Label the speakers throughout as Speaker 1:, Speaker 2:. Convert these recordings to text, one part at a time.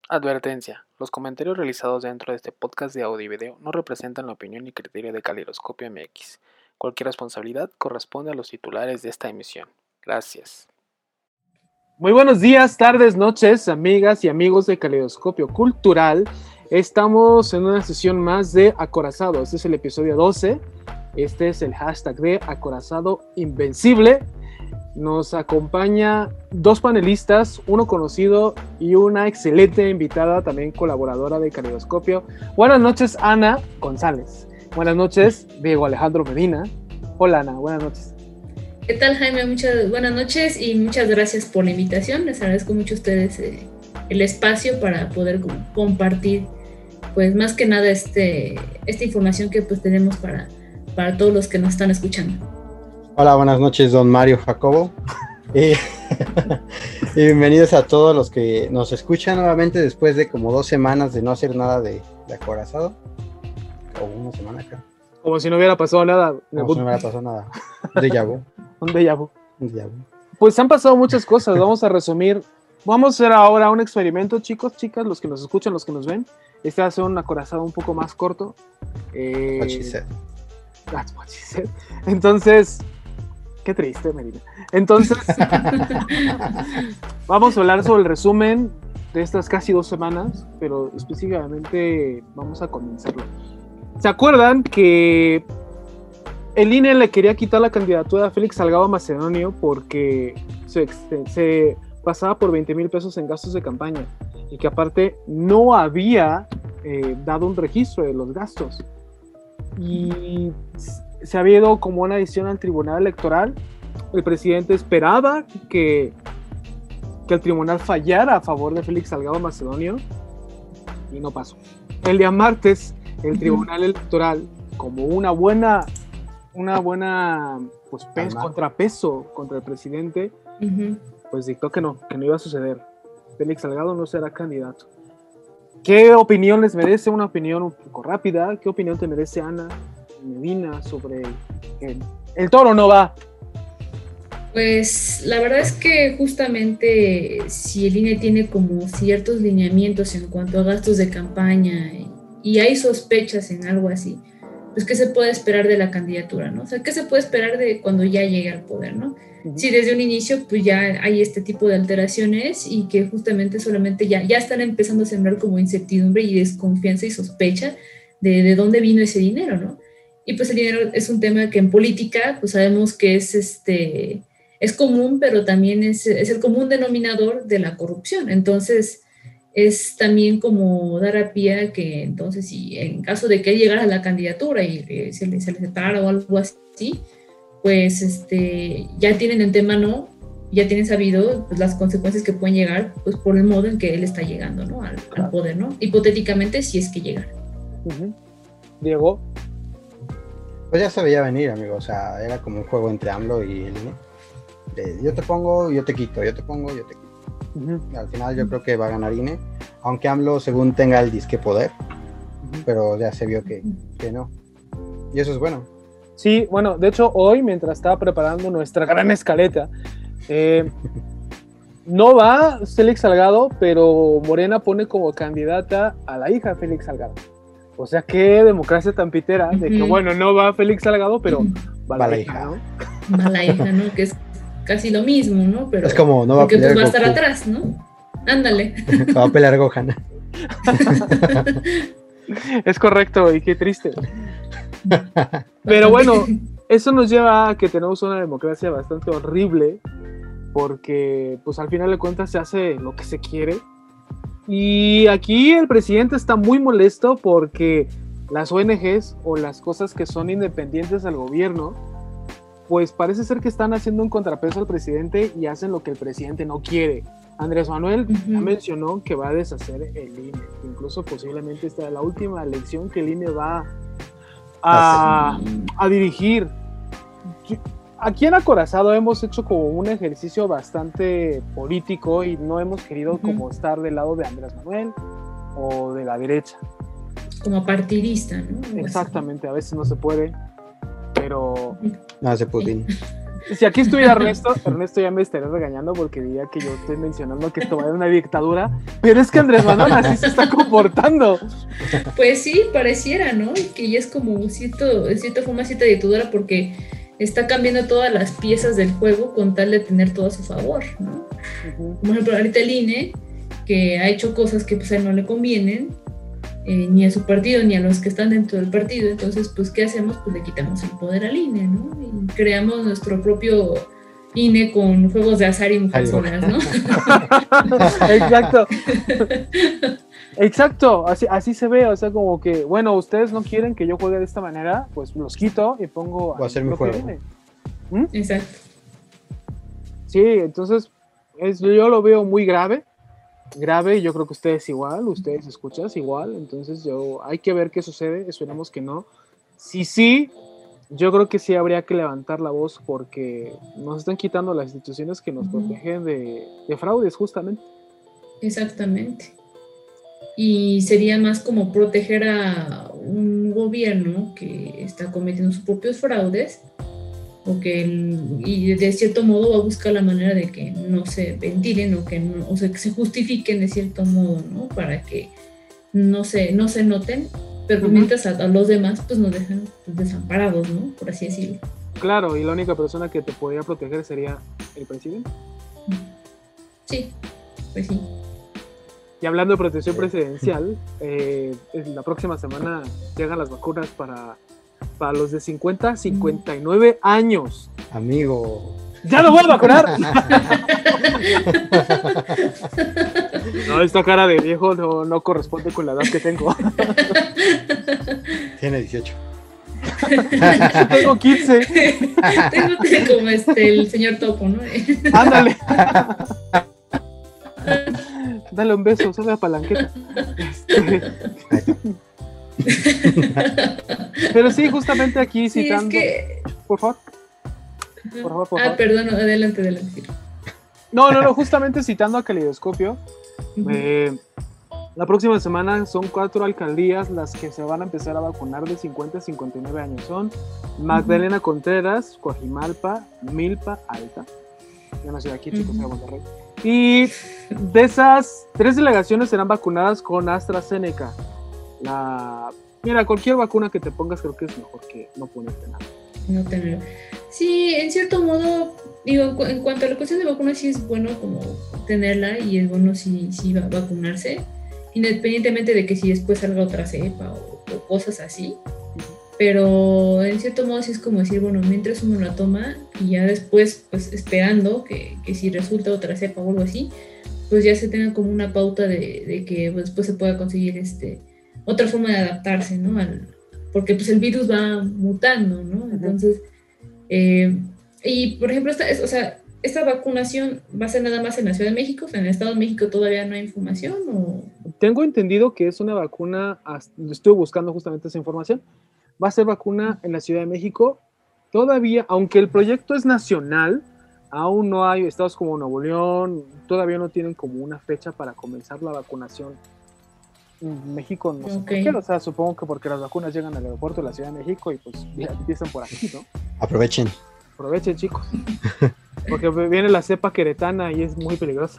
Speaker 1: Advertencia: los comentarios realizados dentro de este podcast de audio y video no representan la opinión ni criterio de Caleidoscopio MX. Cualquier responsabilidad corresponde a los titulares de esta emisión. Gracias. Muy buenos días, tardes, noches, amigas y amigos de Caleidoscopio Cultural. Estamos en una sesión más de Acorazado. Este es el episodio 12. Este es el hashtag de Acorazado Invencible. Nos acompaña dos panelistas, uno conocido y una excelente invitada, también colaboradora de Caleidoscopio. Buenas noches, Ana González. Buenas noches, Diego Alejandro Medina. Hola, Ana, buenas noches.
Speaker 2: ¿Qué tal, Jaime? Muchas buenas noches y muchas gracias por la invitación. Les agradezco mucho a ustedes el espacio para poder compartir, pues más que nada esta información que pues tenemos para todos los que nos están escuchando.
Speaker 3: Hola, buenas noches, don Mario Jacobo. Y bienvenidos a todos los que nos escuchan nuevamente después de como 2 semanas de no hacer nada de Acorazado. O una semana acá.
Speaker 1: Como si no hubiera pasado nada.
Speaker 3: Como si no hubiera pasado nada. Un déjà vu.
Speaker 1: Un déjà vu.
Speaker 3: Un déjà vu.
Speaker 1: Pues han pasado muchas cosas, vamos a resumir. Vamos a hacer ahora un experimento, chicos, chicas, los que nos escuchan, los que nos ven. Este va a ser un Acorazado un poco más corto.
Speaker 3: What she said.
Speaker 1: That's what she said. Entonces... Qué triste, Medina. Entonces, vamos a hablar sobre el resumen de estas casi 2 semanas, pero específicamente vamos a condensarlo. ¿Se acuerdan que el INE le quería quitar la candidatura a Félix Salgado Macedonio porque se pasaba por 20,000 pesos en gastos de campaña y que aparte no había dado un registro de los gastos? Y se había ido como una decisión al Tribunal Electoral. El presidente esperaba que el tribunal fallara a favor de Félix Salgado Macedonio y no pasó. El día martes, el Tribunal Electoral, como una buena pues, contrapeso contra el presidente, pues dictó que no iba a suceder. Félix Salgado no será candidato. ¿Qué opinión les merece? Una opinión un poco rápida. ¿Qué opinión te merece Ana Medina sobre el toro no va?
Speaker 2: Pues la verdad es que justamente si el INE tiene como ciertos lineamientos en cuanto a gastos de campaña y hay sospechas en algo así, pues ¿qué se puede esperar de la candidatura, no? O sea, ¿qué se puede esperar de cuando ya llegue al poder, no? Si desde un inicio pues ya hay este tipo de alteraciones y que justamente solamente ya están empezando a sembrar como incertidumbre y desconfianza y sospecha de dónde vino ese dinero, ¿no? Y pues el dinero es un tema que en política pues sabemos que es común, pero también es el común denominador de la corrupción. Entonces es también como dar a pie a que entonces si en caso de que llegara a la candidatura y se le separara o algo así, pues ya tienen de antemano, ya tienen sabido pues, las consecuencias que pueden llegar pues por el modo en que él está llegando, ¿no? al poder, ¿no? Hipotéticamente si es que llegara.
Speaker 1: Diego.
Speaker 3: Pues ya se veía venir, amigo, o sea, era como un juego entre AMLO y el INE. Yo te pongo, yo te quito, yo te pongo, yo te quito. Al final yo creo que va a ganar INE, aunque AMLO según tenga el disque poder, pero ya se vio que no. Y eso es bueno.
Speaker 1: Sí, bueno, de hecho hoy, mientras estaba preparando nuestra gran escaleta, no va Félix Salgado, pero Morena pone como candidata a la hija de Félix Salgado. O sea, qué democracia tan pitera, de que bueno, no va Félix Salgado, pero va la hija, ¿no?
Speaker 2: Va la hija, ¿no? Que es casi lo mismo, ¿no? Pero
Speaker 3: es como, no va a pelear
Speaker 2: pues va a estar atrás, ¿no? Ándale.
Speaker 3: Va a pelear Gohan.
Speaker 1: Es correcto, y qué triste. Pero bueno, eso nos lleva a que tenemos una democracia bastante horrible, porque pues al final de cuentas se hace lo que se quiere. Y aquí el presidente está muy molesto porque las ONGs o las cosas que son independientes al gobierno, pues parece ser que están haciendo un contrapeso al presidente y hacen lo que el presidente no quiere. Andrés Manuel ya mencionó que va a deshacer el INE, incluso posiblemente esta es la última elección que el INE va a dirigir. Aquí en Acorazado hemos hecho como un ejercicio bastante político y no hemos querido como estar del lado de Andrés Manuel o de la derecha.
Speaker 2: Como partidista, ¿no?
Speaker 1: Exactamente, a veces no se puede, pero...
Speaker 3: No, ese Putin.
Speaker 1: Si aquí estuviera Ernesto ya me estaría regañando porque diría que yo estoy mencionando que esto va a ser una dictadura, pero es que Andrés Manuel así se está comportando.
Speaker 2: Pues sí, pareciera, ¿no? Que ya es como en cierta forma cierta dictadura porque está cambiando todas las piezas del juego con tal de tener todo a su favor, ¿no?
Speaker 1: Uh-huh.
Speaker 2: Por ejemplo, ahorita el INE, que ha hecho cosas que pues a él no le convienen, ni a su partido, ni a los que están dentro del partido. Entonces, pues, ¿qué hacemos? Pues le quitamos el poder al INE, ¿no? Y creamos nuestro propio INE con juegos de azar y mujerzonas, ¿no?
Speaker 1: Exacto, así se ve, o sea, como que, bueno, ustedes no quieren que yo juegue de esta manera, pues los quito y pongo...
Speaker 3: Voy a hacer mi juego.
Speaker 2: Exacto.
Speaker 1: Sí, entonces, yo lo veo muy grave, y yo creo que ustedes igual, ustedes escuchas igual, entonces hay que ver qué sucede, esperamos que no. Sí, yo creo que sí habría que levantar la voz porque nos están quitando las instituciones que nos protegen de fraudes, justamente.
Speaker 2: Exactamente. Y sería más como proteger a un gobierno que está cometiendo sus propios fraudes y de cierto modo va a buscar la manera de que no se ventilen o sea, que se justifiquen de cierto modo, ¿no? Para que no se noten, pero mientras a los demás pues nos dejan desamparados, ¿no? Por así decirlo.
Speaker 1: Claro, y la única persona que te podría proteger sería el presidente.
Speaker 2: Sí, pues sí.
Speaker 1: Y hablando de protección presidencial, la próxima semana llegan las vacunas para los de 50 a 59 años.
Speaker 3: Amigo.
Speaker 1: ¡Ya lo voy a vacunar! No, esta cara de viejo no corresponde con la edad que tengo.
Speaker 3: Tiene 18.
Speaker 1: Tengo 15.
Speaker 2: Tengo como el señor Topo, ¿no?
Speaker 1: Ándale. Dale un beso, sale la palanqueta. Pero sí, justamente aquí citando.
Speaker 2: Sí, es que...
Speaker 1: Por favor.
Speaker 2: Perdón, adelante.
Speaker 1: No, justamente citando a Caleidoscopio. La próxima semana son 4 alcaldías las que se van a empezar a vacunar de 50 a 59 años. Son Magdalena Contreras, Coajimalpa, Milpa Alta. Yo nací aquí, chicos, de Monterrey. Y de esas 3 delegaciones serán vacunadas con AstraZeneca. Mira, cualquier vacuna que te pongas creo que es mejor que no ponerte nada.
Speaker 2: No tener. Sí, en cierto modo, digo, en cuanto a la cuestión de vacunas, sí es bueno como tenerla y es bueno sí vacunarse, independientemente de que si después salga otra cepa o cosas así. Pero en cierto modo sí es como decir, bueno, mientras uno la toma y ya después, pues esperando que si resulta otra cepa o algo así, pues ya se tenga como una pauta de que pues, después se pueda conseguir otra forma de adaptarse, ¿no? Porque pues el virus va mutando, ¿no? Entonces, y por ejemplo, esta vacunación va a ser nada más en la Ciudad de México, o sea, en el Estado de México todavía no hay información, ¿o?
Speaker 1: Tengo entendido que es una vacuna, estuve buscando justamente esa información, va a ser vacuna en la Ciudad de México, todavía, aunque el proyecto es nacional, aún no hay estados como Nuevo León, todavía no tienen como una fecha para comenzar la vacunación. En México no sé por qué, o sea, supongo que porque las vacunas llegan al aeropuerto de la Ciudad de México y pues ya empiezan por aquí, ¿no?
Speaker 3: Aprovechen,
Speaker 1: chicos, porque viene la cepa queretana y es muy peligrosa.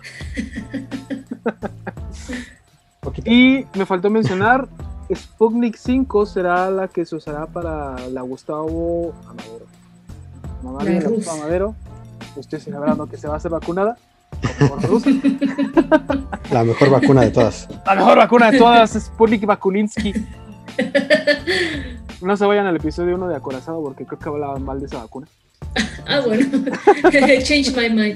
Speaker 1: Y me faltó mencionar, Sputnik 5 será la que se usará para la Gustavo Amadero. Usted se sabrá que se va a hacer vacunada.
Speaker 3: La mejor vacuna de todas.
Speaker 1: La mejor vacuna de todas, Sputnik Vakulinsky. No se vayan al episodio 1 de Acorazado porque creo que hablaban mal de esa vacuna.
Speaker 2: Bueno. Change my mind.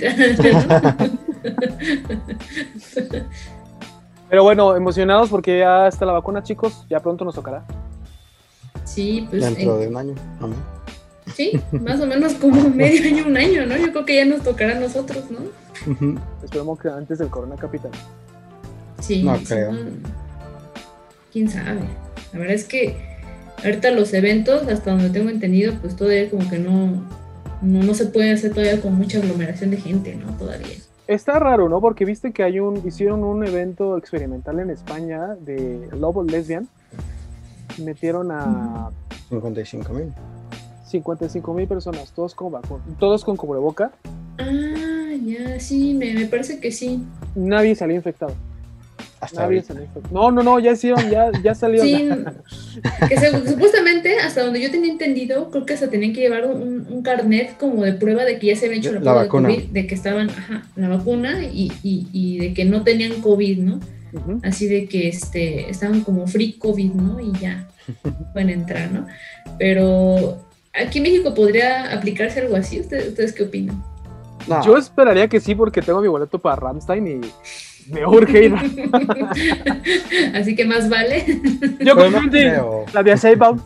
Speaker 1: Pero bueno, emocionados porque ya está la vacuna, chicos. Ya pronto nos tocará.
Speaker 2: Sí, pues.
Speaker 3: Dentro de un año, amén.
Speaker 2: Sí, más o menos como medio año, un año, ¿no? Yo creo que ya nos tocará a nosotros, ¿no?
Speaker 1: Esperemos que antes del Corona Capital.
Speaker 2: Sí,
Speaker 3: no creo.
Speaker 2: Quién sabe. La verdad es que ahorita los eventos, hasta donde tengo entendido, pues todavía como que no se puede hacer todavía con mucha aglomeración de gente, ¿no? Todavía.
Speaker 1: Está raro, ¿no? Porque viste que hicieron un evento experimental en España de Love Lesbian. Metieron a
Speaker 3: 55,000.
Speaker 1: 55,000 personas, todos con cubreboca.
Speaker 2: Ah, ya, sí, me parece que sí.
Speaker 1: Nadie salió infectado.
Speaker 3: Nadie
Speaker 1: salió infectado. No, ya hicieron, ya salió.
Speaker 2: Sí, que supuestamente, hasta donde yo tenía entendido, creo que hasta tenían que llevar un carnet como de prueba de que ya se habían hecho la prueba
Speaker 3: vacuna.
Speaker 2: de COVID, de que estaban, la vacuna y de que no tenían COVID, ¿no? Uh-huh. Así de que estaban como free COVID, ¿no? Y ya pueden entrar, ¿no? Pero aquí en México podría aplicarse algo así. ¿Ustedes qué opinan?
Speaker 1: No. Yo esperaría que sí, porque tengo mi boleto para Rammstein y me urge ir.
Speaker 2: Así que más vale.
Speaker 1: Yo confío la de Sheinbaum.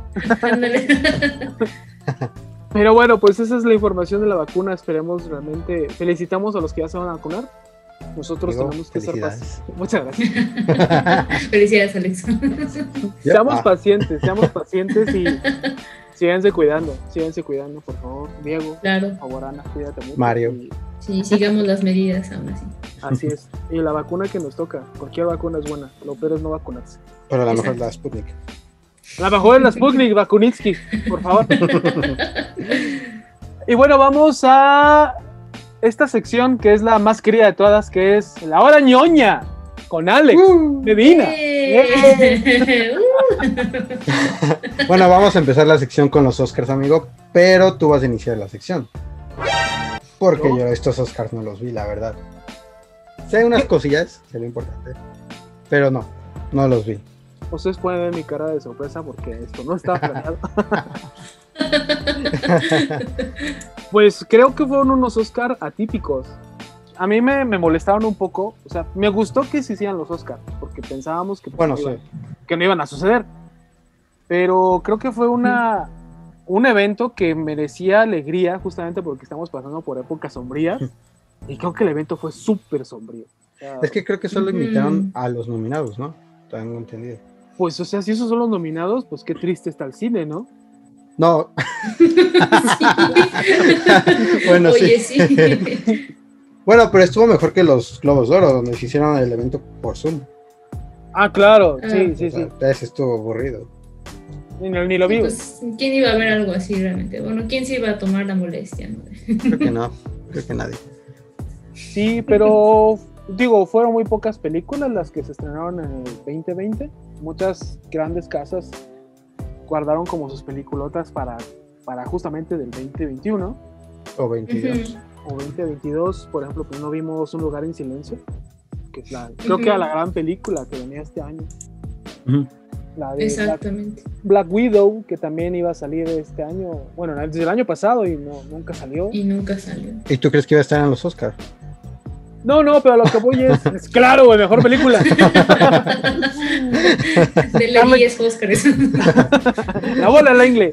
Speaker 1: Pero bueno, pues esa es la información de la vacuna. Esperemos realmente. Felicitamos a los que ya se van a vacunar. Nosotros tenemos que ser pacientes. Muchas gracias.
Speaker 2: Felicidades, Alex.
Speaker 1: Seamos pacientes y síganse cuidando, por favor. Diego,
Speaker 2: claro.
Speaker 1: Por favor, Ana, cuídate mucho.
Speaker 3: Mario.
Speaker 2: Sí, sigamos las medidas aún así.
Speaker 1: Así es. Y la vacuna que nos toca, cualquier vacuna es buena. Lo peor es no vacunarse.
Speaker 3: Pero la mejor es la Sputnik.
Speaker 1: La mejor es la Sputnik, Vakunitsky, por favor. Y bueno, vamos a esta sección que es la más querida de todas, que es La Hora Ñoña con Alex Medina.
Speaker 3: Bueno, vamos a empezar la sección con los Oscars, amigo, pero tú vas a iniciar la sección. Porque yo estos Oscars no los vi, la verdad. Sé unas cosillas, que es lo importante, pero no los vi.
Speaker 1: Ustedes pueden ver mi cara de sorpresa porque esto no estaba planeado. Pues creo que fueron unos Oscars atípicos. A mí me molestaron un poco. O sea, me gustó que se hicieran los Oscars, porque pensábamos que, que no iban a suceder. Pero creo que fue un evento que merecía alegría, justamente porque estamos pasando por épocas sombrías. Y creo que el evento fue súper sombrío. O sea,
Speaker 3: es que creo que solo invitaron a los nominados, ¿no? Tengo entendido.
Speaker 1: Pues, o sea, si esos son los nominados, pues qué triste está el cine, ¿no?
Speaker 3: No.
Speaker 2: Bueno, oye, sí.
Speaker 3: Bueno, pero estuvo mejor que los Globos de Oro, donde se hicieron el evento por Zoom.
Speaker 1: Ah, claro, sí.
Speaker 3: Ese estuvo aburrido.
Speaker 1: Ni lo vi.
Speaker 2: Pues, ¿quién iba a ver algo así realmente? Bueno, ¿quién se iba a tomar la molestia? ¿No?
Speaker 3: Creo que nadie.
Speaker 1: Sí, pero digo, fueron muy pocas películas las que se estrenaron en el 2020. Muchas grandes casas guardaron como sus peliculotas para justamente del 2021.
Speaker 3: O 22.
Speaker 1: O 2022, por ejemplo, pues no vimos Un Lugar en Silencio, que es creo que era la gran película que venía este año. La de
Speaker 2: exactamente.
Speaker 1: Black Widow, que también iba a salir este año, bueno, desde el año pasado y nunca salió.
Speaker 2: ¿Y
Speaker 3: tú crees que iba a estar en los Oscars?
Speaker 1: No, pero lo que voy es claro, güey, mejor película.
Speaker 2: De la 10 Oscars.
Speaker 1: La bola la ingle.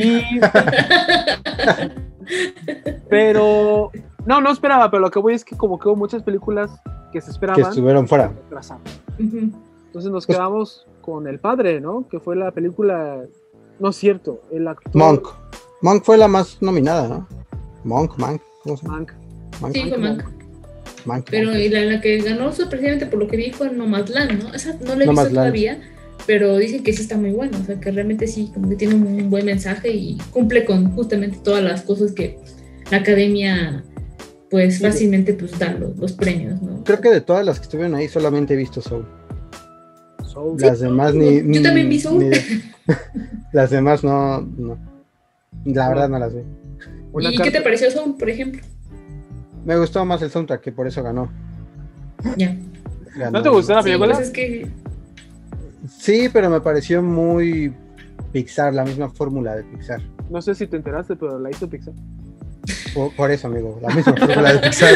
Speaker 1: Pero no esperaba, pero lo que voy es que como que hubo muchas películas que se esperaban.
Speaker 3: Que estuvieron fuera.
Speaker 1: Entonces nos quedamos con El Padre, ¿no? Que fue la película, no es cierto, el actor.
Speaker 3: Monk fue la más nominada, ¿no? Monk, ¿cómo se llama?
Speaker 2: Sí, fue Mank. Pero y la que ganó precisamente por lo que vi fue Nomadland, ¿no? Esa no la he visto todavía, pero dicen que sí está muy buena, o sea, que realmente sí, como que tiene un buen mensaje y cumple con justamente todas las cosas que la academia pues fácilmente pues da los premios, ¿no?
Speaker 3: Creo que de todas las que estuvieron ahí solamente he visto Soul.
Speaker 1: Las
Speaker 3: demás
Speaker 2: yo también vi Soul.
Speaker 3: Las demás no. La verdad no las vi.
Speaker 2: ¿Y qué te pareció Soul, por ejemplo?
Speaker 3: Me gustó más el soundtrack, que por eso ganó.
Speaker 2: Ya.
Speaker 1: ¿No te gustó la película?
Speaker 2: Pues es que...
Speaker 3: Sí, pero me pareció muy Pixar, la misma fórmula de Pixar.
Speaker 1: No sé si te enteraste, pero la hizo Pixar.
Speaker 3: Por eso, amigo, la misma fórmula de Pixar.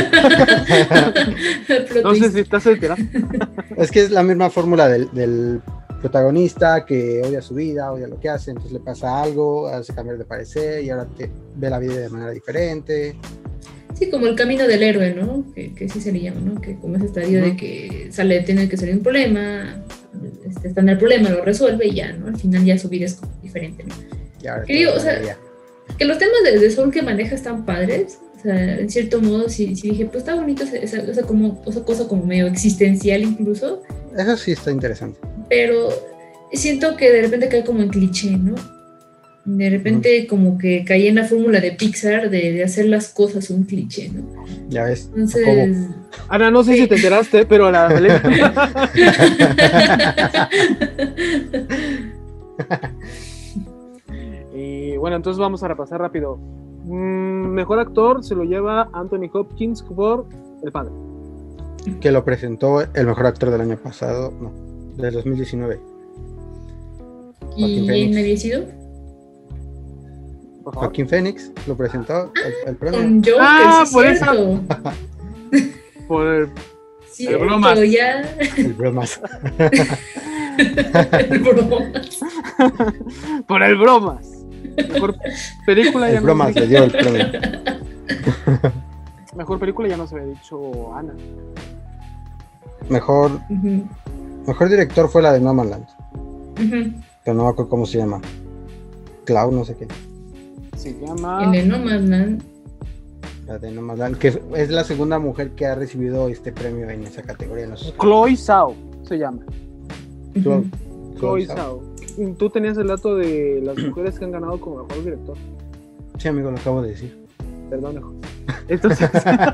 Speaker 1: No sé si estás enterado.
Speaker 3: Es que es la misma fórmula del protagonista que odia su vida, odia lo que hace, entonces le pasa algo, hace cambiar de parecer y ahora ve la vida de manera diferente.
Speaker 2: Sí, como el camino del héroe, ¿no? Que sí se le llama, ¿no? Que como ese estadio de que tiene que salir un problema, está en el problema, lo resuelve y ya, ¿no? Al final ya su vida es diferente, ¿no? O sea, que los temas de Soul que maneja están padres, o sea, en cierto modo sí dije, pues está bonito esa cosa como medio existencial incluso.
Speaker 3: Eso sí está interesante.
Speaker 2: Pero siento que de repente cae como en cliché, ¿no? De repente como que caí en la fórmula de Pixar de hacer las cosas un cliché, ¿no?
Speaker 3: Ya ves.
Speaker 2: Entonces...
Speaker 1: Ana, no sé si te enteraste, pero la Y bueno, entonces vamos a repasar rápido. Mejor actor se lo lleva Anthony Hopkins por El Padre.
Speaker 3: Que lo presentó el mejor actor del año pasado, no, del 2019.
Speaker 2: ¿Y quién había sido?
Speaker 3: Joaquín Phoenix lo presentó el premio.
Speaker 2: Con Joker, sí,
Speaker 1: por
Speaker 2: cierto.
Speaker 1: eso. Por el
Speaker 2: Cierto,
Speaker 1: bromas.
Speaker 2: ya.
Speaker 3: El bromas.
Speaker 2: El bromas.
Speaker 1: Por el bromas. Mejor película ya
Speaker 3: El bromas le dio el premio.
Speaker 1: Mejor película ya nos había dicho Ana.
Speaker 3: Mejor director fue la de No Man Land. Pero no me acuerdo cómo se llama. Cloud, no sé qué.
Speaker 1: Se llama...
Speaker 2: El de No Man Land.
Speaker 3: La de No Man Land, que es la segunda mujer que ha recibido este premio en esa categoría. No sé.
Speaker 1: Chloe Zhao se llama. Chloe
Speaker 3: Zhao.
Speaker 1: Zhao. Tú tenías el dato de las mujeres que han ganado como mejor director.
Speaker 3: Sí, amigo, lo acabo de decir.
Speaker 1: Perdón, hijo. Entonces,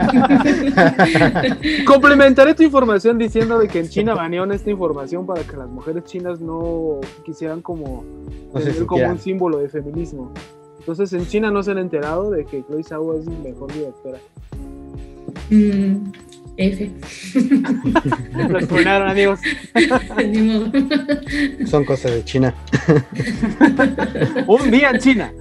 Speaker 1: complementaré tu información diciendo de que en China banearon esta información para que las mujeres chinas no quisieran como
Speaker 3: No sé
Speaker 1: tener
Speaker 3: si
Speaker 1: como
Speaker 3: quieran.
Speaker 1: un símbolo de feminismo. Entonces en China no se han enterado de que Chloe Zhao es mejor directora.
Speaker 2: F.
Speaker 1: Los funaron, amigos.
Speaker 2: Ni modo.
Speaker 3: Son cosas de China.
Speaker 1: Un día en China.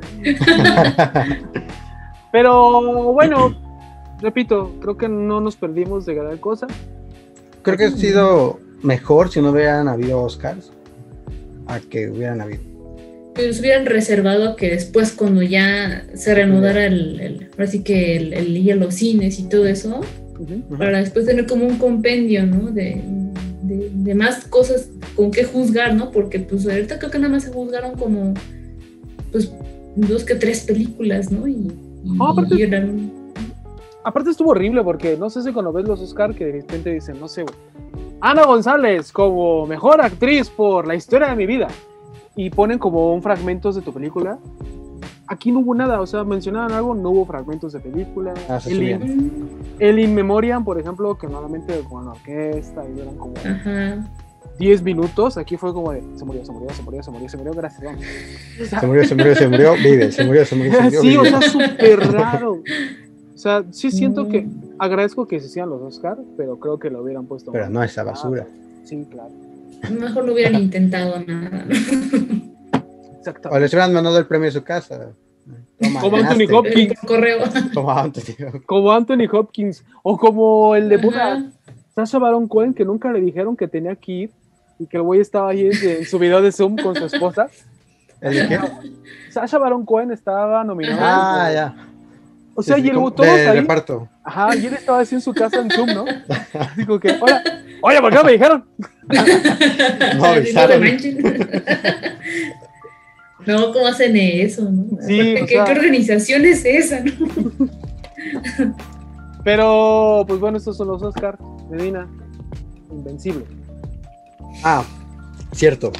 Speaker 1: Pero bueno, repito, creo que no nos perdimos de gran cosa.
Speaker 3: Creo que ha sido mejor si no hubieran habido Oscars a que hubieran habido.
Speaker 2: Pero se hubieran reservado que después cuando ya se reanudara ahora sí que el ir a los cines y todo eso, para después tener como un compendio, ¿no? De más cosas con qué juzgar, ¿no? Porque pues ahorita creo que nada más se juzgaron como pues 2 que 3 películas, ¿no?
Speaker 1: Aparte estuvo horrible porque no sé si cuando ves los Oscar que de repente dicen, no sé, Ana González como mejor actriz por La historia de mi vida y ponen como un fragmentos de tu película. Aquí no hubo nada, o sea, mencionaban algo, no hubo fragmentos de película. El In Memoriam, por ejemplo, que normalmente con la orquesta y eran como 10 minutos, aquí fue como de se murió, gracias, vamos. O sea,
Speaker 3: Se murió, vive, se murió,
Speaker 1: sí,
Speaker 3: vive.
Speaker 1: o sea, súper raro. O sea, sí siento que agradezco que se hicieran los Oscar, pero creo que lo hubieran puesto.
Speaker 3: Pero no esa basura.
Speaker 1: Sí, claro.
Speaker 2: Mejor no hubieran intentado nada.
Speaker 1: Exacto.
Speaker 3: O les hubieran mandado el premio a su casa. Toma,
Speaker 1: como
Speaker 3: ganaste.
Speaker 1: Anthony Hopkins.
Speaker 2: Por correo.
Speaker 1: Como Anthony Hopkins. O como el de Buda, Sacha Baron Cohen, que nunca le dijeron que tenía que ir y que el güey estaba ahí en su video de Zoom con su esposa.
Speaker 3: ¿El de qué?
Speaker 1: Sacha Baron Cohen estaba nominado.
Speaker 3: Ya.
Speaker 1: O sea, y el todos
Speaker 3: de
Speaker 1: ahí.
Speaker 3: reparto.
Speaker 1: Ajá, y él estaba así en su casa en Zoom, ¿no? Digo que, oye, ¿por qué no me dijeron?
Speaker 3: No avisaron.
Speaker 2: No, ¿cómo hacen eso, no?
Speaker 1: Sí,
Speaker 2: ¿Qué organización es esa, no?
Speaker 1: Pero, pues bueno, estos son los Oscar. Medina, Invencible.
Speaker 3: Cierto.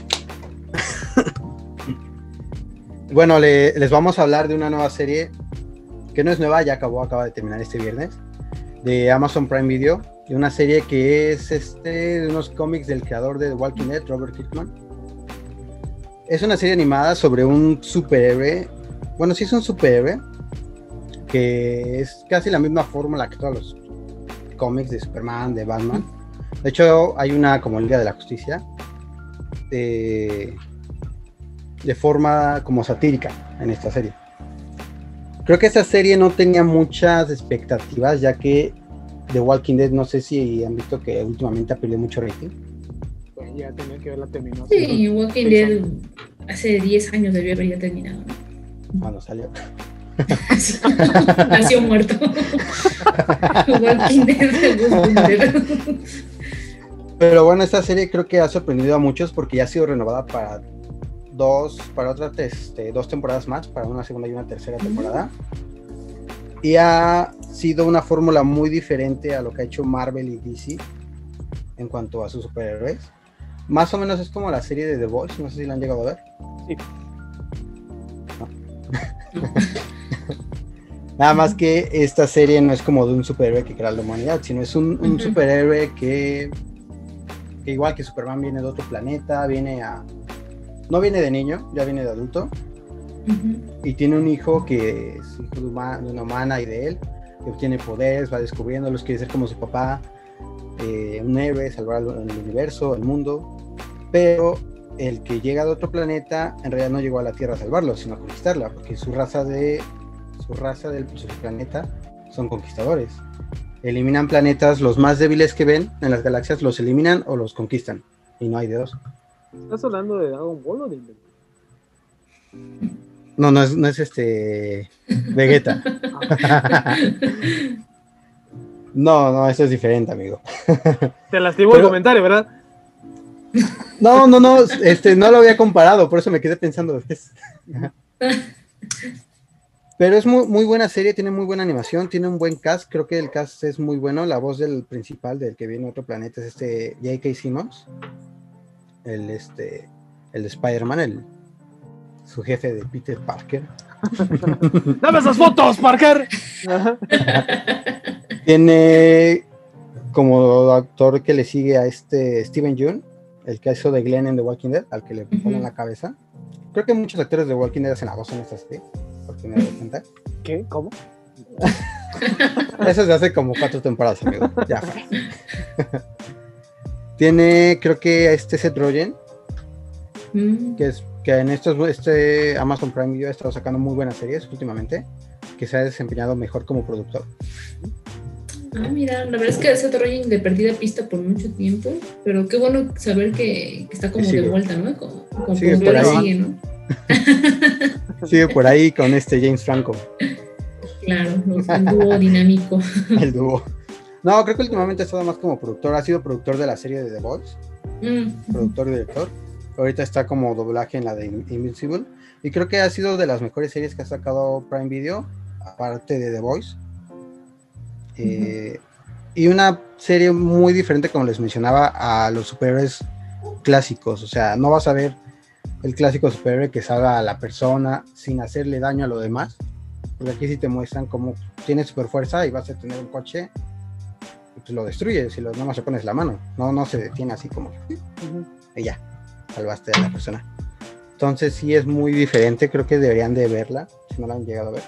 Speaker 3: Bueno, les vamos a hablar de una nueva serie que no es nueva, ya acaba de terminar este viernes, de Amazon Prime Video, de una serie que es de unos cómics del creador de The Walking Dead, Robert Kirkman. Es una serie animada sobre un superhéroe, bueno, sí es un superhéroe, que es casi la misma fórmula que todos los cómics de Superman, de Batman. De hecho, hay una como Liga de la Justicia, de forma como satírica en esta serie. Creo que esta serie no tenía muchas expectativas, ya que The Walking Dead, no sé si han visto que últimamente ha perdido mucho rating.
Speaker 1: Pues ya tenía que haberla terminado.
Speaker 2: Sí, Walking Dead hace 10 años debió haber ya terminado.
Speaker 3: Cuando salió.
Speaker 2: Nació muerto. Walking Dead.
Speaker 3: Pero bueno, esta serie creo que ha sorprendido a muchos porque ya ha sido renovada para otras 2 temporadas más, para una segunda y una tercera temporada. Y ha sido una fórmula muy diferente a lo que ha hecho Marvel y DC en cuanto a sus superhéroes. Más o menos es como la serie de The Boys, no sé si la han llegado a ver.
Speaker 1: Sí.
Speaker 3: No. Nada más que esta serie no es como de un superhéroe que crea la humanidad, sino es un superhéroe que igual que Superman viene de otro planeta, no viene de niño, ya viene de adulto, y tiene un hijo que es hijo de una humana y de él, que obtiene poderes, va descubriéndolos, quiere ser como su papá, un héroe, salvar el universo, el mundo, pero el que llega de otro planeta en realidad no llegó a la Tierra a salvarlo, sino a conquistarla, porque su raza del planeta son conquistadores. Eliminan planetas, los más débiles que ven en las galaxias los eliminan o los conquistan, y no hay de dos.
Speaker 1: ¿Estás hablando de Dragon Ball o de Inven?
Speaker 3: No es Vegeta. No, eso es diferente, amigo.
Speaker 1: Te lastimó el comentario, ¿verdad?
Speaker 3: No lo había comparado, por eso me quedé pensando. Pero es muy, muy buena serie, tiene muy buena animación, tiene un buen cast, creo que el cast es muy bueno, la voz del principal, del que viene de otro planeta, es J.K. Simmons, el de Spider-Man, su jefe de Peter Parker.
Speaker 1: ¡Dame esas fotos, Parker!
Speaker 3: Tiene como actor que le sigue a Steven Yeun, el que hizo de Glenn en The Walking Dead, al que le ponen la cabeza. Creo que muchos actores de Walking Dead hacen la voz en esta serie, porque me doy cuenta.
Speaker 1: ¿Qué? ¿Cómo?
Speaker 3: Eso se hace como 4 temporadas, amigo. Ya fue. Tiene, creo que a Seth Rogen, que en Amazon Prime Video ha estado sacando muy buenas series últimamente, que se ha desempeñado mejor como productor.
Speaker 2: Mira, la verdad es que Seth Rogen le perdí la pista por mucho tiempo, pero qué bueno saber que está como de vuelta, ¿no? Como
Speaker 3: sigue por ahí.
Speaker 2: Sigue, ¿no?
Speaker 3: Sigue por ahí con James Franco.
Speaker 2: Claro, el dúo dinámico.
Speaker 3: El dúo. No, creo que últimamente ha estado más como productor, ha sido productor de la serie de The Boys, productor y director. Ahorita está como doblaje en la de Invincible, y creo que ha sido de las mejores series que ha sacado Prime Video, aparte de The Boys. Y una serie muy diferente, como les mencionaba, a los superhéroes clásicos. O sea, no vas a ver el clásico superhéroe que salga a la persona sin hacerle daño a lo demás, porque aquí sí te muestran cómo tienes super fuerza y vas a tener un coche y pues lo destruyes y nada más le pones la mano, no se detiene así como y ya, salvaste a la persona. Entonces sí es muy diferente, creo que deberían de verla si no la han llegado a ver.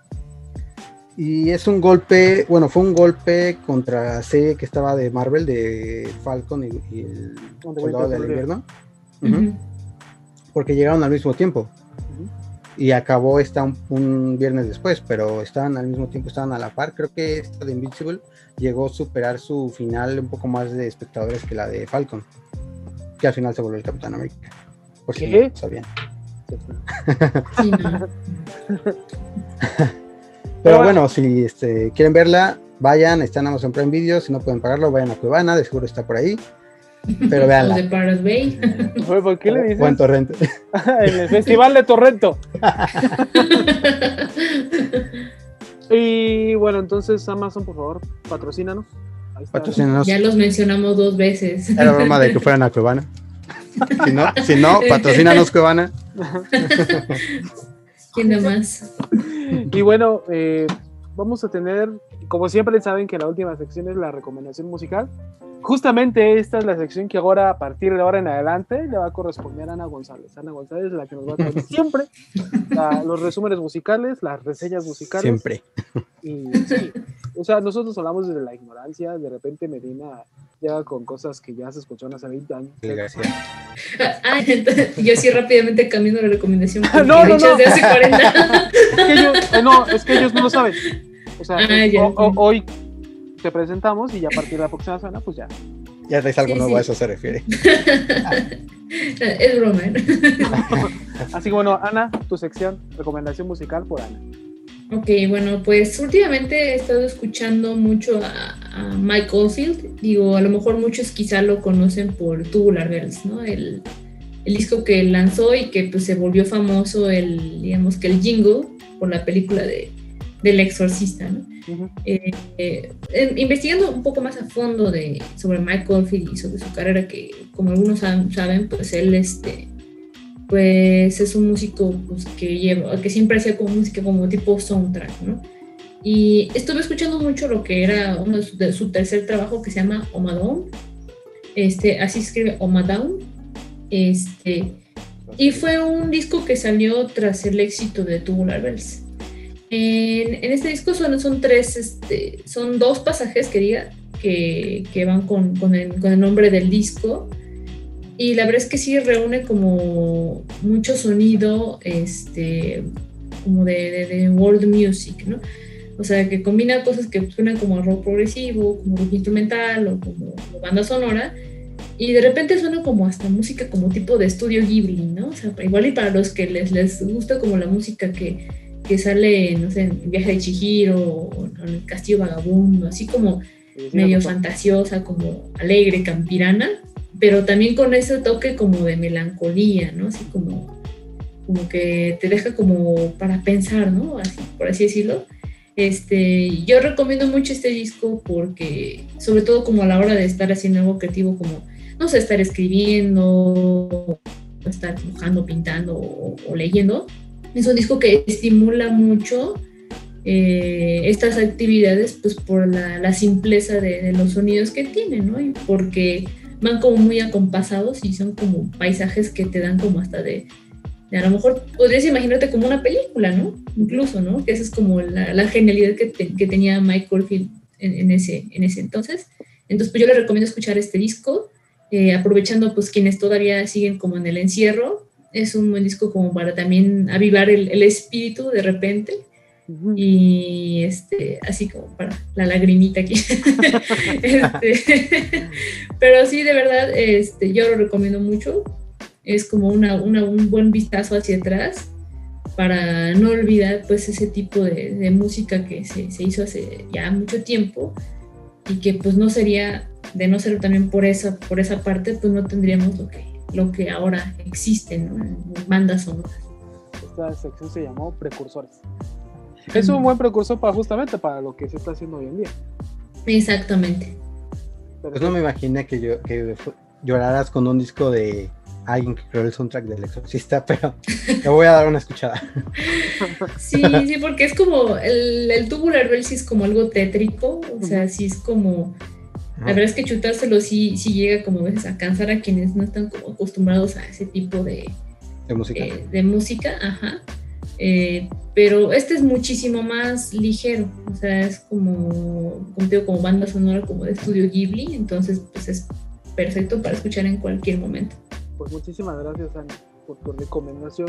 Speaker 3: Y es un golpe, bueno, fue un golpe contra la serie que estaba de Marvel, de Falcon y el Soldado del Invierno, porque llegaron al mismo tiempo, y acabó un viernes después, pero estaban al mismo tiempo, estaban a la par. Creo que esta de Invincible llegó a superar su final un poco más de espectadores que la de Falcon, que al final se volvió el Capitán América, por si no sabían.
Speaker 2: Sí, no.
Speaker 3: Pero bueno, si quieren verla, vayan, está en Amazon Prime Video. Si no pueden pagarlo, vayan a Cuevana, de seguro está por ahí. Pero véanla.
Speaker 2: De Pirate Bay.
Speaker 1: ¿Por qué le dices?
Speaker 3: O en Torrento.
Speaker 1: En el Festival de Torrento. Y bueno, entonces Amazon, por favor, patrocínanos.
Speaker 3: Patrocínanos.
Speaker 2: Ya los mencionamos 2 veces.
Speaker 3: Era broma de que fueran a Cuevana. Si no, patrocínanos Cuevana.
Speaker 2: ¿Quién más?
Speaker 1: Y bueno, vamos a tener, como siempre saben que la última sección es la recomendación musical. Justamente esta es la sección que ahora, a partir de ahora en adelante, le va a corresponder a Ana González. Ana González es la que nos va a traer siempre los resúmenes musicales, las reseñas musicales.
Speaker 3: Siempre.
Speaker 1: Y sí, o sea, nosotros hablamos desde la ignorancia, de repente Medina llega con cosas que ya se escucharon hace 20 años.
Speaker 3: Gracias.
Speaker 2: Entonces, yo sí rápidamente cambiando la recomendación.
Speaker 1: No.
Speaker 2: De hace 40.
Speaker 1: Es que ellos no lo saben. O sea, hoy te presentamos y ya a partir de la próxima semana, pues ya.
Speaker 3: Ya traes algo nuevo, a eso se refiere.
Speaker 2: Es broma, ¿eh?
Speaker 1: Así que bueno, Ana, tu sección, recomendación musical por Ana.
Speaker 2: Ok, bueno, pues últimamente he estado escuchando mucho a Mike Oldfield. Digo, a lo mejor muchos quizá lo conocen por Tubular Bells, ¿no? El disco que lanzó y que pues se volvió famoso, digamos que el jingle por la película del Exorcista, ¿no? Uh-huh. Investigando un poco más a fondo sobre Mike Oldfield y sobre su carrera, que como algunos saben, pues él pues es un músico pues, que siempre hacía como música como tipo soundtrack, ¿no? Y estuve escuchando mucho lo que era uno de su tercer trabajo que se llama Omadown, así se escribe Omadown, y fue un disco que salió tras el éxito de Tubular Bells. En este disco son tres, son dos pasajes que van con el nombre del disco, y la verdad es que sí reúne como mucho sonido como de world music, ¿no? O sea, que combina cosas que suenan como rock progresivo, como rock instrumental o como banda sonora, y de repente suena como hasta música como tipo de estudio Ghibli, ¿no? O sea, igual y para los que les gusta como la música que sale, no sé, en Viaje de Chihiro o en El Castillo Vagabundo, así como medio fantasiosa, como alegre, campirana, pero también con ese toque como de melancolía, ¿no? Así como que te deja como para pensar, ¿no? Así, por así decirlo. Yo recomiendo mucho este disco porque, sobre todo como a la hora de estar haciendo algo creativo, como, no sé, estar escribiendo, estar dibujando, pintando o leyendo, es un disco que estimula mucho estas actividades, pues por la simpleza de los sonidos que tiene, ¿no? Y porque van como muy acompasados y son como paisajes que te dan como hasta de a lo mejor podrías imaginarte como una película, ¿no? Incluso, ¿no? Que esa es como la genialidad que tenía Mike Oldfield en ese entonces. Entonces, pues yo les recomiendo escuchar este disco, aprovechando pues quienes todavía siguen como en el encierro. Es un buen disco como para también avivar el espíritu de repente. Uh-huh. Y así como para la lagrimita aquí. Pero sí, de verdad, yo lo recomiendo mucho. Es como un buen vistazo hacia atrás para no olvidar pues ese tipo de música que se hizo hace ya mucho tiempo y que pues no sería, de no ser también por esa parte, pues no tendríamos lo que ahora existe, ¿no? En bandas sonoras.
Speaker 1: Esta sección se llamó Precursores. Es un buen precursor justamente para lo que se está haciendo hoy en día.
Speaker 2: Exactamente.
Speaker 3: Pues no me imaginé que lloraras con un disco de alguien que creó el soundtrack del Exorcista, pero le voy a dar una escuchada.
Speaker 2: Sí, porque es como el Tubular Bells es como algo tétrico, o sea, sí es como, la verdad es que chutárselo sí llega como a veces a cansar a quienes no están como acostumbrados a ese tipo de música. De música, ajá. Pero es muchísimo más ligero, o sea, es como banda sonora como de estudio Ghibli, entonces pues es perfecto para escuchar en cualquier momento.
Speaker 1: Pues muchísimas gracias, Ana, por tu recomendación.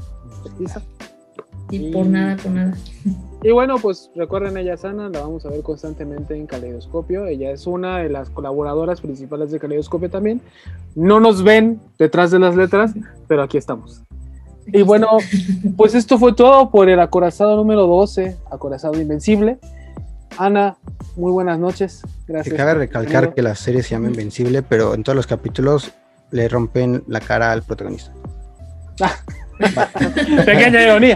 Speaker 2: Y por nada.
Speaker 1: Y bueno, pues recuerden, ella es Ana, la vamos a ver constantemente en Caleidoscopio. Ella es una de las colaboradoras principales de Caleidoscopio también. No nos ven detrás de las letras, pero aquí estamos. Y bueno, pues esto fue todo por el acorazado número 12, Acorazado Invencible. Ana, muy buenas noches. Gracias.
Speaker 3: Que cabe recalcar que la serie se llama Invencible, pero en todos los capítulos le rompen la cara al protagonista.
Speaker 1: Pequeña ironía.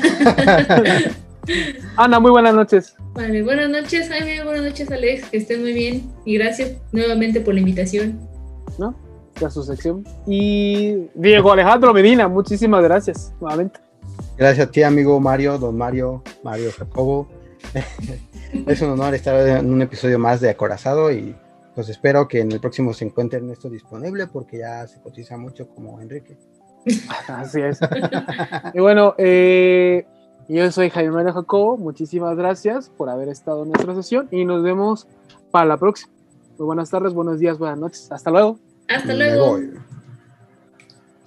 Speaker 1: Ana, muy buenas noches.
Speaker 2: Vale, buenas noches, Jaime, buenas noches, Alex, que estén muy bien y gracias nuevamente por la invitación.
Speaker 1: ¿No? A su sección. Y Diego Alejandro Medina, muchísimas gracias nuevamente.
Speaker 3: Gracias a ti, amigo Mario, don Mario Jacobo. Es un honor estar en un episodio más de Acorazado y pues espero que en el próximo se encuentren esto disponible porque ya se cotiza mucho como Enrique.
Speaker 1: Así es. Y bueno, yo soy Jaime Mario Jacobo, muchísimas gracias por haber estado en nuestra sesión y nos vemos para la próxima. Muy buenas tardes, buenos días, buenas noches, hasta luego.
Speaker 2: Hasta luego.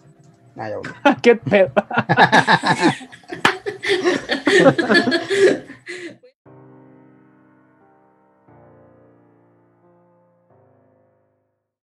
Speaker 3: Ya voy.
Speaker 1: ¡Qué pedo!